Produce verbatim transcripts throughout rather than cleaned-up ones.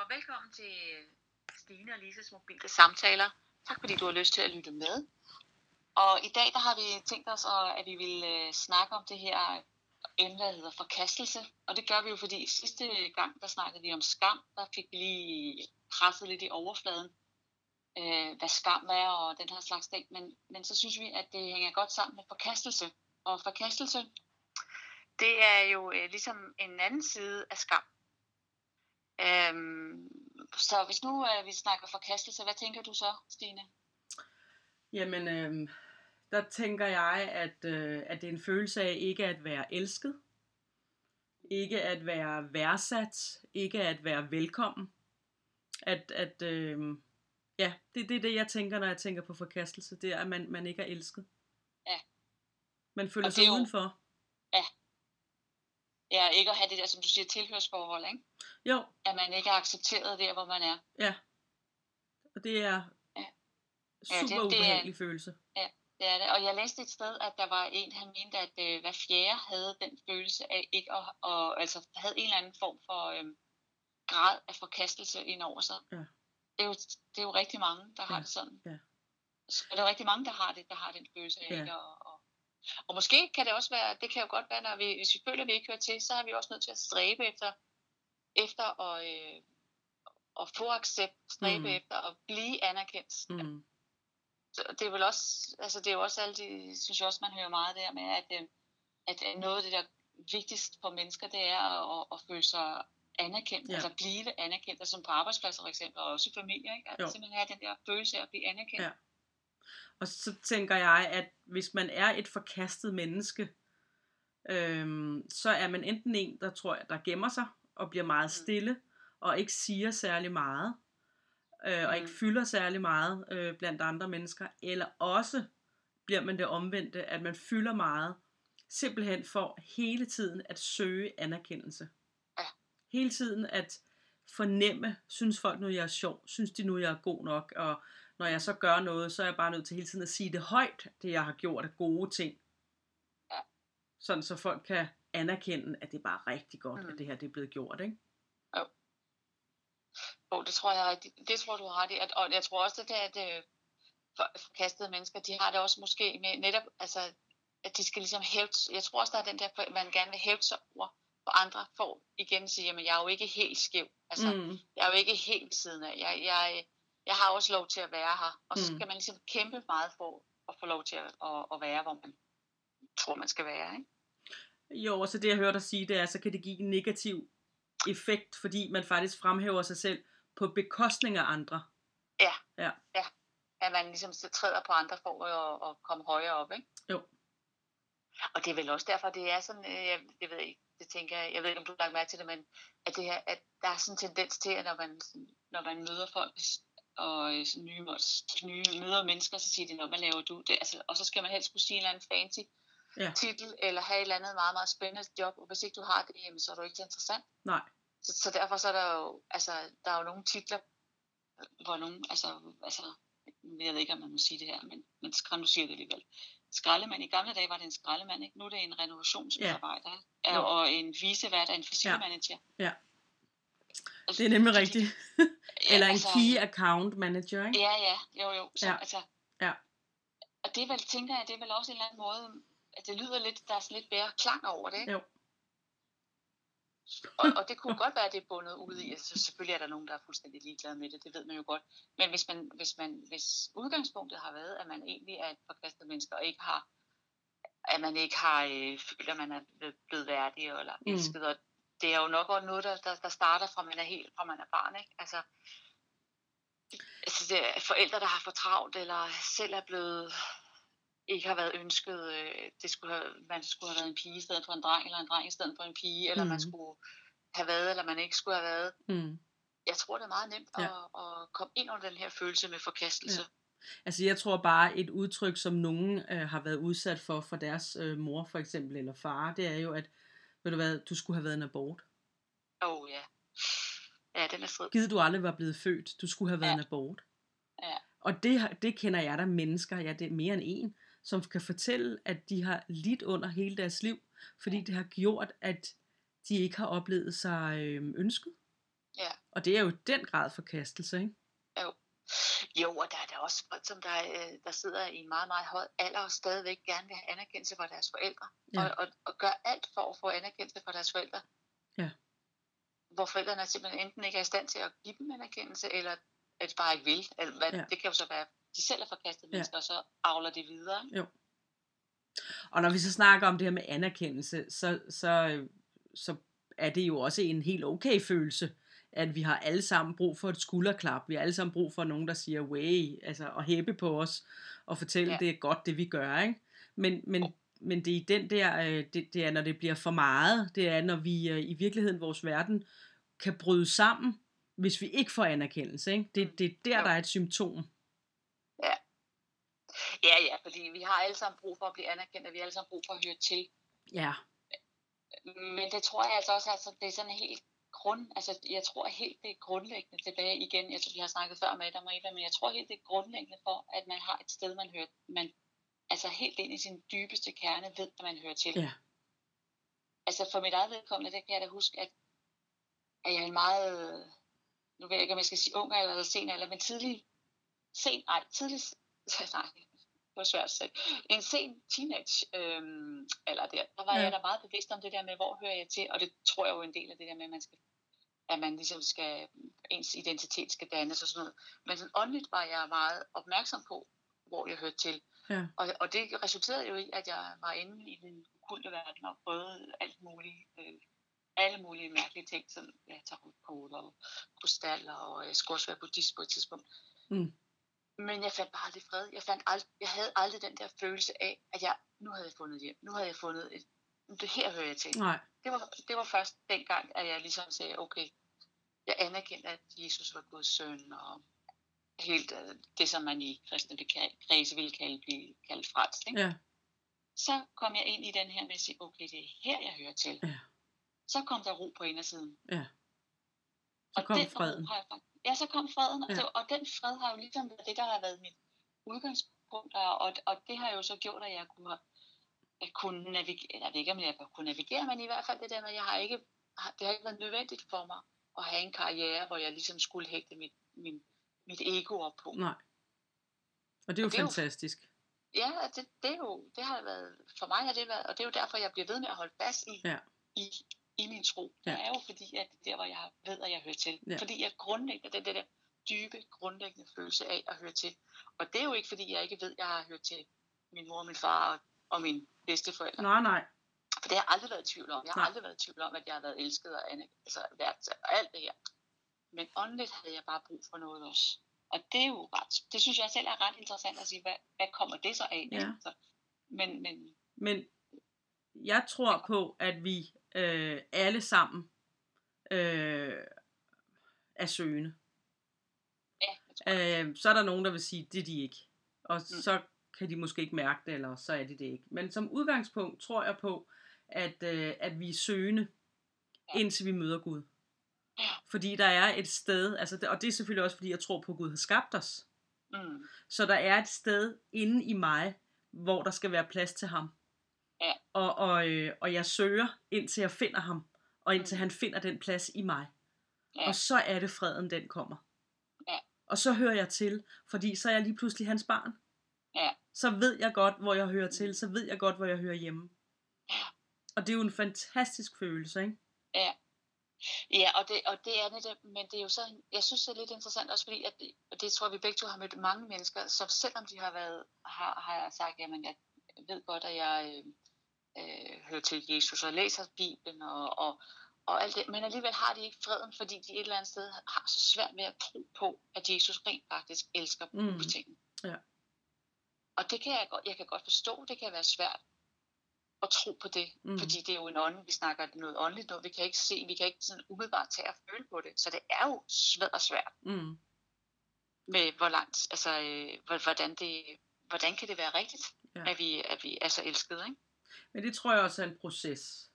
velkommen til Stine og Lises mobile samtaler. Tak fordi du har lyst til at lytte med. Og i dag der har vi tænkt os, at vi vil øh, snakke om det her emne, der hedder forkastelse. Og det gør vi jo, fordi sidste gang, der snakkede vi om skam. Der fik vi lige presset lidt i overfladen, øh, hvad skam er og den her slags ting. Men, men så synes vi, at det hænger godt sammen med forkastelse. Og forkastelse, det er jo øh, ligesom en anden side af skam. Øhm, så hvis nu øh, vi snakker forkastelse, hvad tænker du så, Stine? Jamen, øh, der tænker jeg, at, øh, at det er en følelse af ikke at være elsket, ikke at være værdsat, ikke at være velkommen. At, at øh, ja, det, det er det, jeg tænker, når jeg tænker på forkastelse, det er, at man, man ikke er elsket. Ja. Man føler Og sig det er jo- udenfor. Ja. Ja, ikke at have det der, som du siger, tilhørsforhold, ikke? Jo, At man ikke er accepteret der, hvor man er. ja. Og det er Ja. super det- det er- ubehagelig følelse. Det er det. Og jeg læste et sted, at der var en, han mente, at øh, hver fjerde havde den følelse af ikke at, og, altså havde en eller anden form for øhm, grad af forkastelse ind over sig. Ja. Det, er jo, det er jo rigtig mange, der har Ja, det sådan. ja. Så der er rigtig mange, der har det, der har den følelse af Ja. ikke at, og, og måske kan det også være, det kan jo godt være, når vi, hvis vi føler, at vi ikke hører til, så er vi også nødt til at stræbe efter, efter at, øh, at få accept, stræbe Mm. efter at blive anerkendt. Mm. Så det er vel også, altså det er jo også alle de, synes jeg også, man hører meget der med, at, øh, at noget af det der vigtigst for mennesker, det er at, at føle sig anerkendt, Ja. altså blive anerkendt, altså som på arbejdspladser for eksempel, og også i familier, ikke? At Jo. simpelthen have den der følelse af at blive anerkendt. Ja. Og så tænker jeg, at hvis man er et forkastet menneske, øhm, så er man enten en, der tror jeg, der gemmer sig og bliver meget stille og ikke siger særlig meget, øh, og Mm. ikke fylder særlig meget øh, blandt andre mennesker, eller også bliver man det omvendte, at man fylder meget, simpelthen for hele tiden at søge anerkendelse. Ja. Hele tiden at fornemme, synes folk nu jeg er sjov, synes de nu jeg er god nok, og når jeg så gør noget, så er jeg bare nødt til hele tiden at sige det højt, det jeg har gjort af gode ting. Ja. Sådan så folk kan anerkende, at det er bare rigtig godt, Mm. at det her det er blevet gjort, ikke? Oh, det tror jeg er rigtigt. Det tror du har ret i. At- Og jeg tror også, at, det, at øh, for- forkastede mennesker, de har det også måske med netop, altså, at de skal ligesom hæve, jeg tror også, der er den der, man gerne vil hæve sig over for andre, for igen at sige, jamen jeg er jo ikke helt skæv. Altså, Mm. jeg er jo ikke helt ved siden af. Jeg, jeg, jeg har også lov til at være her. Og så Mm. skal man ligesom kæmpe meget for at få lov til at, at, at være, hvor man tror, man skal være. Ikke? Jo, og så det jeg hørte dig sige, det er, så kan det give en negativ effekt, fordi man faktisk fremhæver sig selv på bekostning af andre. Ja. Ja. Ja. At man ligesom så træder på andre for at, at komme højere op, ikke? Jo. Og det er vel også derfor, det er sådan, øh, jeg, jeg ved ikke, det tænker jeg, jeg ved ikke, om du har lagt mærke til det, men at, det her, at der er sådan en tendens til, at når man, når man møder folk, og øh, sådan nye, nye møder mennesker, så siger de, nå, hvad laver du? Det, altså, og så skal man helst kunne sige en eller anden fancy Ja. titel, eller have et eller andet meget, meget spændende job, og hvis ikke du har det, jamen, så er du ikke så interessant. Nej. Så, så derfor så er der jo, altså, der er jo nogle titler, hvor nogen, altså, altså, jeg ved ikke, om man må sige det her, men, men skræm, du siger det alligevel. Skraldemand, i gamle dage var det en skraldemand, ikke? Nu er det en renovationsmedarbejder, ja. Jo. Og en vicevært, en facility-manager. Ja. Det er nemlig Fordi- rigtigt. Ja, Eller en altså, key account manager, ikke? Ja, ja, jo, jo. Så, Ja. altså, Ja. og det er vel, tænker jeg, det er vel også en eller anden måde, at det lyder lidt, der er sådan lidt bedre klang over det, ikke? Jo. Og, og det kunne godt være, at det er bundet ud i, altså selvfølgelig er der nogen, der er fuldstændig ligeglade med det, det ved man jo godt. Men hvis, man, hvis, man, hvis udgangspunktet har været, at man egentlig er et forkastet menneske, og ikke har, at man ikke har øh, følt, at man er blevet værdig eller Mm. elsket, og det er jo nok også noget, der, der, der starter fra man er helt, fra man er barn, ikke? Altså, altså det er forældre, der har for travlt, eller selv er blevet, ikke har været ønsket, øh, det skulle have, man skulle have været en pige i stedet for en dreng, eller en dreng i stedet for en pige, eller Mm. man skulle have været, eller man ikke skulle have været. Mm. Jeg tror, det er meget nemt Ja. at, at komme ind under den her følelse med forkastelse. Ja. Altså jeg tror bare et udtryk som nogen øh, har været udsat for fra deres øh, mor for eksempel eller far, det er jo at ved du hvad, du skulle have været en abort. Åh oh, ja. Ja, den er strid. Givet du aldrig var blevet født, du skulle have været Ja. en abort. Ja. Og det, har- det kender jeg der mennesker, ja det er mere end en, som kan fortælle at de har lidt under hele deres liv, fordi det har gjort at de ikke har oplevet sig øh, ønsket. Ja. Og Og det er jo i den grad forkastelse, ikke? Jo. Jo, og der er der også folk, som der, øh, der sidder i en meget, meget høj alder og stadigvæk gerne vil have anerkendelse fra deres forældre. Ja. Og, og, og gør alt for at få anerkendelse fra deres forældre. Ja. Hvor forældrene simpelthen enten ikke er i stand til at give dem anerkendelse, eller at de bare ikke vil. Eller hvad, Ja. Det kan jo så være, de selv er forkastede Ja. mennesker, og så avler det videre. Jo. Og når vi så snakker om det her med anerkendelse, så, så, så er det jo også en helt okay følelse, at vi har alle sammen brug for et skulderklap. Vi har alle sammen brug for nogen, der siger, way, altså, og hæppe på os, og fortælle, Ja. det er godt, det vi gør, ikke? Men, men, men det er i den der, øh, det, det er, når det bliver for meget, det er, når vi øh, i virkeligheden, vores verden, kan bryde sammen, hvis vi ikke får anerkendelse, ikke? Det, det er der, Jo. der er et symptom. Ja. Ja, ja, fordi vi har alle sammen brug for at blive anerkendt, og vi har alle sammen brug for at høre til. Ja. Men det tror jeg altså også, altså, det er sådan helt grund, altså jeg tror helt det er grundlæggende tilbage igen, jeg tror vi har snakket før med Adam og Eva, men jeg tror helt det er grundlæggende for, at man har et sted, man hører, man altså helt ind i sin dybeste kerne ved, at man hører til. Ja. Altså for mit eget vedkommende, det kan jeg da huske, at, at jeg er en meget, nu ved jeg ikke, om jeg skal sige ung eller sen alder, men tidlig, sen, ej, tidlig, nej, det var svært at sige. En sen teenage øhm, alder der, der var Ja. jeg da meget bevidst om det der med, hvor hører jeg til, og det tror jeg jo en del af det der med, at man skal, at man ligesom skal, ens identitet skal dannes og sådan noget. Men sådan åndeligt var jeg meget opmærksom på, hvor jeg hørte til. Ja. Og, og det resulterede jo i, at jeg var inde i den okulte verden og prøvede alt muligt, øh, alle mulige mærkelige ting, som ja, tarotkort og krystaller, og jeg skulle også være buddhist på et tidspunkt. Mm. Men jeg fandt bare aldrig fred. Jeg, fandt ald- jeg havde aldrig den der følelse af, at jeg, nu havde jeg fundet hjem. Nu havde jeg fundet et, det her hører jeg til. Nej. Det var, det var først dengang, at jeg ligesom sagde, okay, jeg anerkendte, at Jesus var Guds søn, og helt øh, det, som man i kristne kredse ville kalde, blive kaldt frelst. Ikke? Ja. Så kom jeg ind i den her med at sige, okay, det er her, jeg hører til. Ja. Så kom der ro på indersiden. Ja. Så Og kom den freden. ro har jeg faktisk- Ja, så kom freden, og, Ja. det, og den fred har jo ligesom været det, der har været mit udgangspunkt, og, og, og det har jo så gjort, at jeg kunne, have- at kunne navigere, jeg ved ikke, om jeg kunne navigere, men i hvert fald det der med, at jeg har ikke, har- det har ikke været nødvendigt for mig at have en karriere, hvor jeg ligesom skulle hægte mit, min, mit ego op på. Nej. Og det er jo Og det er jo- fantastisk. Ja, det, det, er jo, det har været, for mig har det været, og det er jo derfor, jeg bliver ved med at holde fast i, Ja. i, i min tro. Det Ja. er jo fordi, at det er der, hvor jeg ved, at jeg hører til. Ja. Fordi jeg grundlæggende, det, det der dybe, grundlæggende følelse af at høre til. Og det er jo ikke, fordi jeg ikke ved, at jeg har hørt til min mor, min far og, og mine bedsteforældre. Nej, nej. For det har jeg aldrig været i tvivl om. Jeg har Nej. aldrig været i tvivl om, at jeg har været elsket og anerkendt, altså værdsat og alt det her. Men åndeligt havde jeg bare brug for noget også. Og det er jo ret, det synes jeg selv er ret interessant at sige, hvad, hvad kommer det så af? Ja. Så, men, men Men jeg tror på, at vi øh, alle sammen øh, er søgende. ja, jeg tror, Øh, så er der nogen, der vil sige, det er de ikke. Og Mm. så kan de måske ikke mærke det, eller så er de det ikke. Men som udgangspunkt tror jeg på, at, øh, at vi er søgende, Ja. indtil vi møder Gud. Ja. Fordi der er et sted, altså, det- og det er selvfølgelig også, fordi jeg tror på, at Gud har skabt os. mm, Så der er et sted inde i mig, hvor der skal være plads til ham. Ja. Og, og, øh, og jeg søger, indtil jeg finder ham. Og indtil Mm. han finder den plads i mig. Ja. Og så er det freden, den kommer. Ja. Og så hører jeg til, fordi så er jeg lige pludselig hans barn. Ja. Så ved jeg godt, hvor jeg hører til. Mm. Så ved jeg godt, hvor jeg hører hjemme. Ja. Og det er jo en fantastisk følelse, ikke? Ja. Ja, og det, og det er det, men det er jo så, jeg synes det er lidt interessant også, fordi, at, og det tror jeg, vi begge to har mødt mange mennesker, så selvom de har været, har, har jeg sagt, jamen jeg ved godt, at jeg øh, øh, hører til Jesus og læser Bibelen og, og, og alt det, men alligevel har de ikke freden, fordi de et eller andet sted har så svært ved at tro på, at Jesus rent faktisk elsker dem Mm. ubetinget. Ja. Og det kan jeg godt, jeg kan godt forstå, det kan være svært at tro på det, Mm. mm. fordi det er jo en ånd, vi snakker noget åndeligt noget, vi kan ikke se, vi kan ikke sådan umiddelbart tage og føle på det, så det er jo svært og svært Mm. med hvor langt, altså øh, hvor- hvordan det, hvordan kan det være rigtigt, Ja. at vi, at vi er så elskede, ikke? Men det tror jeg også er en proces.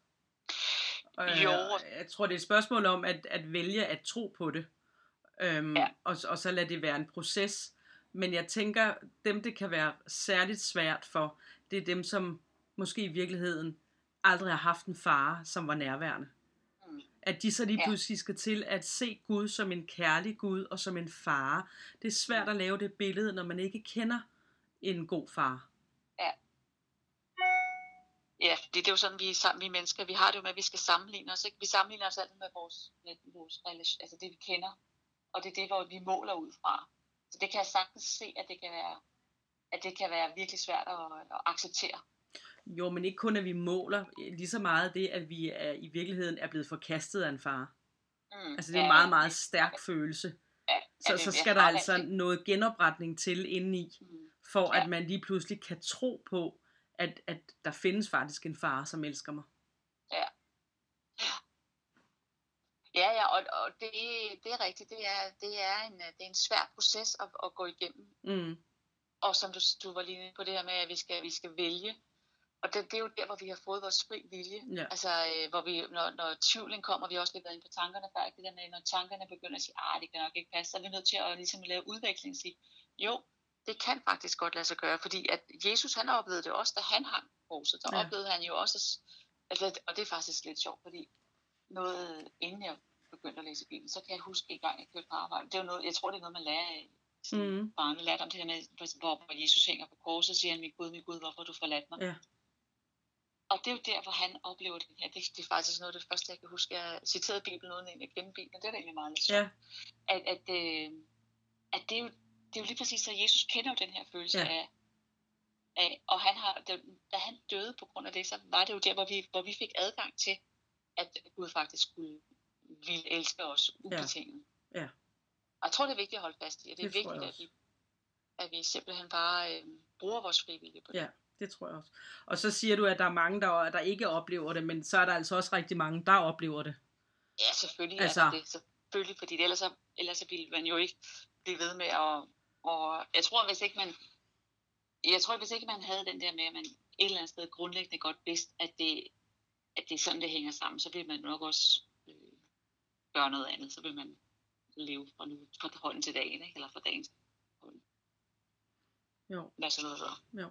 Øh, Jo. Jeg tror, det er et spørgsmål om at, at vælge at tro på det. Øhm, Ja. og, og så lade det være en proces. Men jeg tænker, dem det kan være særligt svært for, det er dem, som måske i virkeligheden aldrig har haft en far, som var nærværende. Mm. At de så lige Ja. pludselig skal til at se Gud som en kærlig Gud og som en far. Det er svært at lave det billede, når man ikke kender en god far. Ja. Ja, fordi det er jo sådan, vi, sam- vi mennesker, vi har det jo med, at vi skal sammenligne os. Ikke? Vi sammenligner os altid med vores, med vores relation, altså det vi kender. Og det er det, hvor vi måler ud fra. Så det kan jeg sagtens se, at det kan være, at det kan være virkelig svært at, at acceptere. Jo, men ikke kun at vi måler, lige så meget det, at vi er, i virkeligheden er blevet forkastet af en far. Mm, Altså det er ja, en meget, ja, meget det- stærk følelse. Ja, Så, ja, så det- ja, skal der fravalgt, altså ikke? noget genopretning til indeni, Mm. for Ja. at man lige pludselig kan tro på, at, at der findes faktisk en far, som elsker mig. Ja. Ja, ja, og, og det, det er rigtigt. Det er, det er, en, det er en svær proces at, at gå igennem. Mm. Og som du, du var lige inde på det her med, at vi skal, vi skal vælge. Og det, det er jo der, hvor vi har fået vores fri vilje. Ja. Altså, øh, hvor vi, når, når tvivlen kommer, vi har også lidt været inde på tankerne før, ikke? Det der med, når tankerne begynder at sige, ah, det kan nok ikke passe, så er vi nødt til at ligesom lave udveksling og sige, jo, det kan faktisk godt lade sig gøre, fordi at Jesus, han oplevede det også, da han hang på korset, så Ja. oplevede han jo også, altså, og det er faktisk lidt sjovt, fordi noget, inden jeg begyndte at læse Bibelen, så kan jeg huske en gang, jeg kørte på arbejde, det er jo noget, jeg tror, det er noget, man lærer af sådan Mm. barnelært om det her med, hvor, hvor Jesus hænger på korset, siger han, min Gud, min Gud, hvorfor har du forladt mig? Ja. Og det er jo der, hvor han oplever det her. Det, det er faktisk noget af det første, jeg kan huske. Jeg citerede Bibelen uden egentlig at kende Bibelen. Det er da egentlig meget lidt sjovt. Ja. At, at, øh, at det, er jo, det er jo lige præcis, så Jesus kender jo den her følelse Ja. af, af, og han har, da, da han døde på grund af det, så var det jo der, hvor vi, hvor vi fik adgang til, at Gud faktisk skulle ville elske os ubetinget. Ja. Ja. Og jeg tror, det er vigtigt at holde fast i, og det er Det tror jeg vigtigt, at også. vi, at vi simpelthen bare øh, bruger vores frivillige på det. Ja, det tror jeg også. Og så siger du, at der er mange, der, der ikke oplever det, men så er der altså også rigtig mange, der oplever det. Ja, selvfølgelig Altså- er der det. Selvfølgelig, fordi ellers så, ellers så ville man jo ikke blive ved med at... Og jeg tror, hvis ikke man... Jeg tror, hvis ikke man havde den der med, at man et eller andet sted grundlæggende godt vidste, at det, at det er sådan, det hænger sammen, så vil man nok også øh, gøre noget andet. Så vil man leve fra nu, fra hånden til dagen, ikke? Eller fra dagen til hånden. Jo, Hvad så noget så? jo.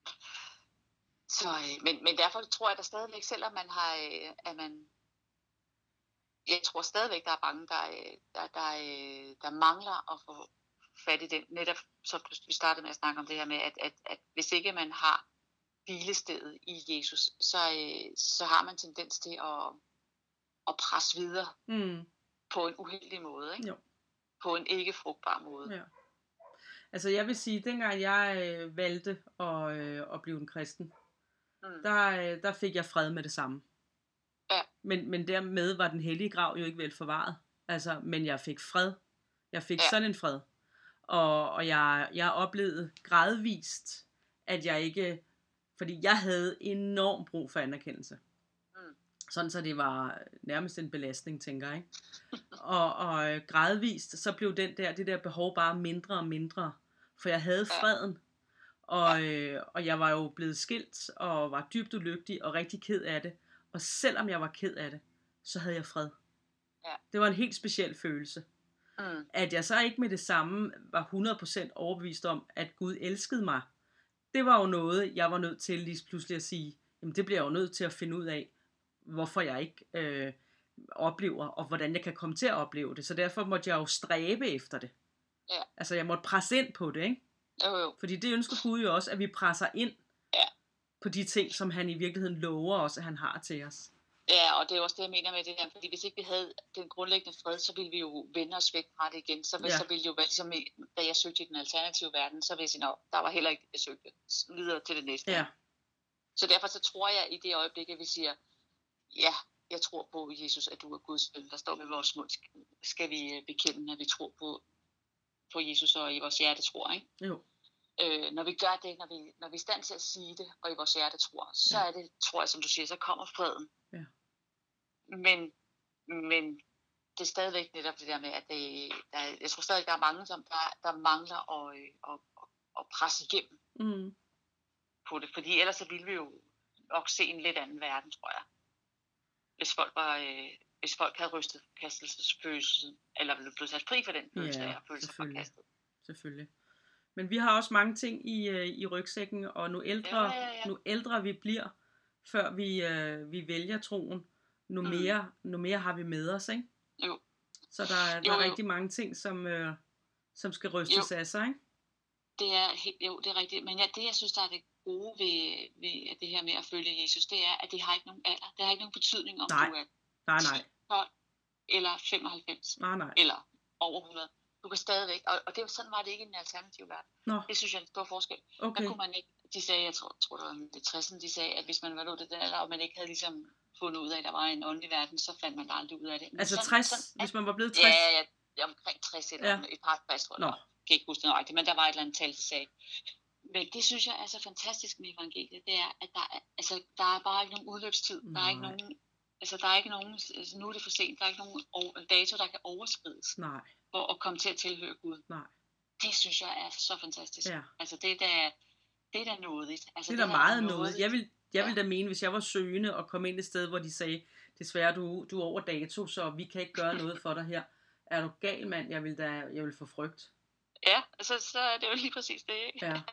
Så, øh, men, men derfor tror jeg, at der stadigvæk, selvom man har, øh, at man, jeg tror stadigvæk, der er mange, der, øh, der, der, øh, der mangler at få fat i den. Netop, så vi startede med at snakke om det her med, at, at, at hvis ikke man har hvilestedet i Jesus, så, øh, så har man tendens til at, at presse videre Mm. på en uheldig måde, ikke? Jo. På en ikke frugtbar måde. Ja. Altså jeg vil sige, dengang jeg øh, valgte at, øh, at blive en kristen, Mm. der, øh, der fik jeg fred med det samme. Ja. Men, men dermed var den hellige grav jo ikke vel forvaret. Altså, men jeg fik fred. Jeg fik Ja. sådan en fred. Og, og jeg, jeg oplevede gradvist, at jeg ikke... Fordi jeg havde enormt brug for anerkendelse. Mm. Sådan så det var nærmest en belastning, tænker jeg. Ikke? Og, og gradvist, så blev den der, det der behov bare mindre og mindre. For jeg havde Ja. freden. Og, øh, og jeg var jo blevet skilt, og var dybt ulykkelig, og rigtig ked af det. Og selvom jeg var ked af det, så havde jeg fred. Ja. Det var en helt speciel følelse. Mm. At jeg så ikke med det samme var hundrede procent overbevist om, at Gud elskede mig. Det var jo noget, jeg var nødt til lige pludselig at sige, jamen det bliver jeg jo nødt til at finde ud af, hvorfor jeg ikke øh, oplever, og hvordan jeg kan komme til at opleve det. Så derfor måtte jeg jo stræbe efter det. Ja. Altså jeg måtte presse ind på det, ikke? Jo, jo. Fordi det ønsker Gud jo også, at vi presser ind Ja. på de ting, som han i virkeligheden lover os, at han har til os. Ja, og det er også det, jeg mener med det her, fordi hvis ikke vi havde den grundlæggende fred, så ville vi jo vende os væk fra det igen. Så, Ja. ja. så ville det jo være ligesom, i- da jeg søgte i den alternative verden, så ville jeg sige, "Nå, der var heller ikke det, jeg søgte. Videre til det næste." Ja, Så derfor så tror jeg i det øjeblik, at vi siger, ja, jeg tror på, Jesus, at du er Guds søn. Der står ved vores mund, skal vi øh, bekende, at vi tror på, på Jesus, og i vores hjerte tror, ikke? jo. Øh, når vi gør det, når vi, når vi er i stand til at sige det, og i vores hjerte tror, så Ja. er det, tror jeg, som du siger, så kommer freden. Ja. Men, men det er stadigvæk netop det der med, at det, der, jeg tror stadig, der er mange, som der, der mangler at, øh, at, at, at presse igennem Mm. på det. Fordi ellers så ville vi jo nok se en lidt anden verden, tror jeg. Hvis folk var, øh, hvis folk havde rystet kastelsesfølelsen, eller ville blevet sat fri for den følelse Ja, af at føle sig selvfølgelig. forkastet. Selvfølgelig. Men vi har også mange ting i, øh, i rygsækken, og nu ældre, Ja, ja, ja. nu ældre vi bliver, før vi, øh, vi vælger troen, nu Mm. mere, nu mere har vi med os, ikke? Jo. Så der, er- der Jo, er jo. rigtig mange ting, som, øh, som skal Jo, rystes af sig, ikke? det er, helt, jo, det er rigtigt. Men ja, det, jeg synes, der er det gode ved, ved det her med at følge Jesus, det er, at det har ikke nogen alder. Det har ikke nogen betydning, om Nej, du er nej, ti, nej, tolv eller femoghalvfems nej, nej. eller over hundrede. Du kan stadigvæk, og, og det, sådan var det ikke i den alternative verden. Nå, Det synes jeg er en stor forskel. Der okay. kunne man ikke, de sagde, jeg tror, tror det var i tresserne, de sagde, at hvis man var nået det der, og man ikke havde ligesom fundet ud af, at der var en åndelig verden, så fandt man aldrig ud af det. Men Altså sådan, tres, sådan, hvis man var blevet ja, tres? ja, ja, omkring tres eller Ja. ja. Et par tres, tror jeg, Nå, det var. Jeg kan ikke huske det nøjagtigt, men der var et eller andet tal, der sagde. Men det synes jeg er så fantastisk med evangeliet, det er, at der er, altså, der er bare ikke nogen udløbstid. Der er ikke nej, nogen, altså, der er ikke nogen, altså, nu er det for sent, der er ikke nogen over- dato, der kan overskrides nej, for at komme til at tilhøre Gud. nej. Det synes jeg er så fantastisk. Ja, Altså det er da, det er da nådigt. Altså det er det da er meget noget. nådigt. Jeg vil, jeg Ja. vil da mene, hvis jeg var søgende og kom ind et sted, hvor de sagde, desværre, du, du er over dato, så vi kan ikke gøre noget for dig her. Er du gal, mand? Jeg vil da, jeg vil få frygt. Ja, altså så er det jo lige præcis det, ikke? Ja,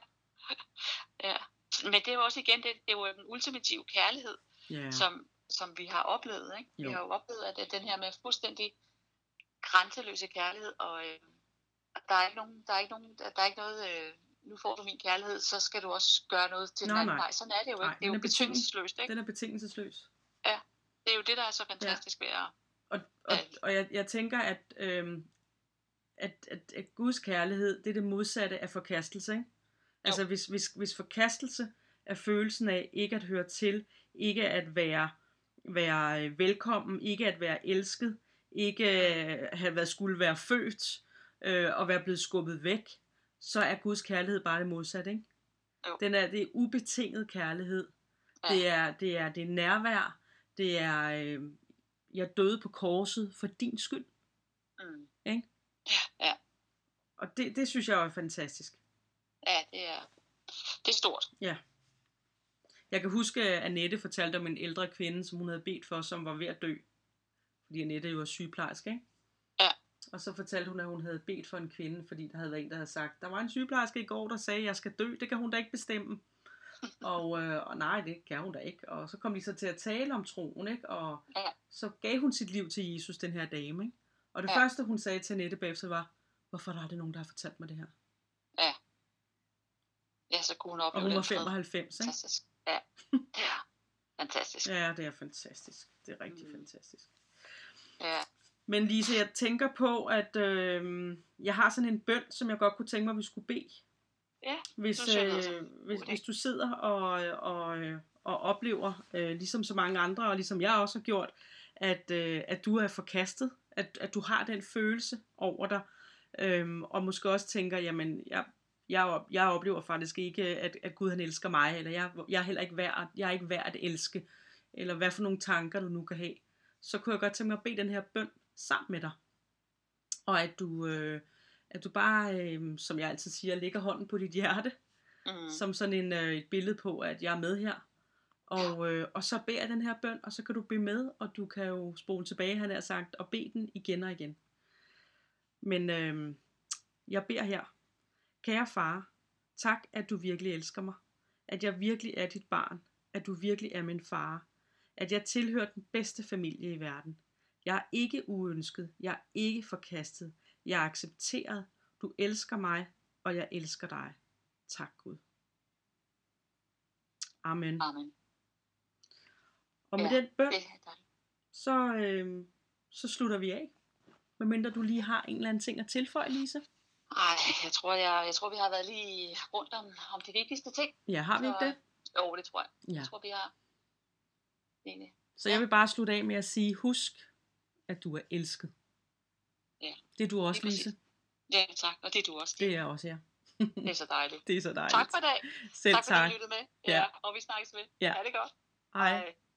Ja. Men det er jo også igen, det, det er jo den ultimative kærlighed, ja, som, som vi har oplevet, ikke? Vi jo. har jo oplevet, at at den her med fuldstændig grænseløse kærlighed, og øh, der er ikke nogen, der er ikke nogen, der er ikke noget, øh, nu får du min kærlighed, så skal du også gøre noget til den Nej, anden nej, vej. Sådan er det jo nej, ikke. Det er den jo er betinget, betingelsesløst, ikke? den er betingelsesløs. Ja, det er jo det, der er så Ja, fantastisk ved at, og, og, at og jeg, jeg tænker, at, øhm, at, at, at Guds kærlighed, det er det modsatte af forkastelse, ikke? Altså jo, hvis, hvis, hvis forkastelse er følelsen af ikke at høre til, ikke at være, være øh, velkommen, ikke at være elsket, ikke mm, øh, have været skulle være født øh, og være blevet skubbet væk, så er Guds kærlighed bare det modsatte, ikke? jo, Den er, det er ubetinget kærlighed. ja, Det er, det er, det er nærvær. Det er, øh, jeg døde på korset for din skyld, mm, ikke? ja, Og det, det synes jeg er fantastisk. ja, det er, det er stort. Ja. Jeg kan huske, at Annette fortalte om en ældre kvinde, som hun havde bedt for, som var ved at dø. Fordi Annette jo er sygeplejerske, ikke? Ja, Og så fortalte hun, at hun havde bedt for en kvinde, fordi der havde været en, der havde sagt, der var en sygeplejerske i går, der sagde, at jeg skal dø. Det kan hun da ikke bestemme. Og, øh, og nej, det kan hun da ikke. Og så kom de så til at tale om troen, ikke? Og ja, så gav hun sit liv til Jesus, den her dame, ikke? Og det ja, første, hun sagde til Annette bagefter var, hvorfor er der nogen, der har fortalt mig det her? ja, ja, så kunne hun Og opleve hun var den fred. femoghalvfems, ikke? Fantastisk. Ja, det er fantastisk. Ja, det er fantastisk. Det er rigtig Mm, fantastisk. ja, Men Lise, jeg tænker på, at øh, jeg har sådan en bøn, som jeg godt kunne tænke mig, at vi skulle bede. ja, Hvis, du synes, det lyder som øh, en hvis, god hvis idé. du sidder og, og, øh, og oplever, øh, ligesom så mange andre, og ligesom jeg også har gjort, at, øh, at du er forkastet, at, at du har den følelse over dig, øh, og måske også tænker, jamen, jeg, jeg, op- jeg oplever faktisk ikke, at, at Gud han elsker mig, eller jeg, jeg er heller ikke værd, jeg er ikke værd at elske, eller hvad for nogle tanker du nu kan have, så kunne jeg godt tænke mig at bede den her bøn sammen med dig, og at du, øh, at du bare, øh, som jeg altid siger, lægger hånden på dit hjerte, Mm, som sådan en, øh, et billede på, at jeg er med her. ja, Og, øh, og så beder jeg den her bøn, og så kan du bede med, og du kan jo spole tilbage, han har sagt, og bede den igen og igen. Men øh, jeg beder her. Kære far, tak, at du virkelig elsker mig. At jeg virkelig er dit barn. At du virkelig er min far. At jeg tilhører den bedste familie i verden. Jeg er ikke uønsket. Jeg er ikke forkastet. Jeg er accepteret. Du elsker mig, og jeg elsker dig. Tak Gud. Amen. amen. Og med Ja, den bøn, det er dejligt. så, øh, så slutter vi af. Medmindre du lige har en eller anden ting at tilføje, Lise. Ej, jeg tror, jeg, jeg tror, vi har været lige rundt om, om de vigtigste ting. Ja, har vi ikke Så, det? jo, det tror jeg. Ja. Jeg tror, vi har egentlig. Så jeg Ja, vil bare slutte af med at sige, husk, at du er elsket. ja, Det er du også, lige præcis. Lise. Ja, tak. Og det er du også, Det er Stine. jeg også, ja. Det er så dejligt. Det er så Tak dejligt. for i dag. Selv Tak fordi tak. du lyttede med. Ja. Ja, og vi snakkes ved. Ja. Ha' det godt. Hej. Hej.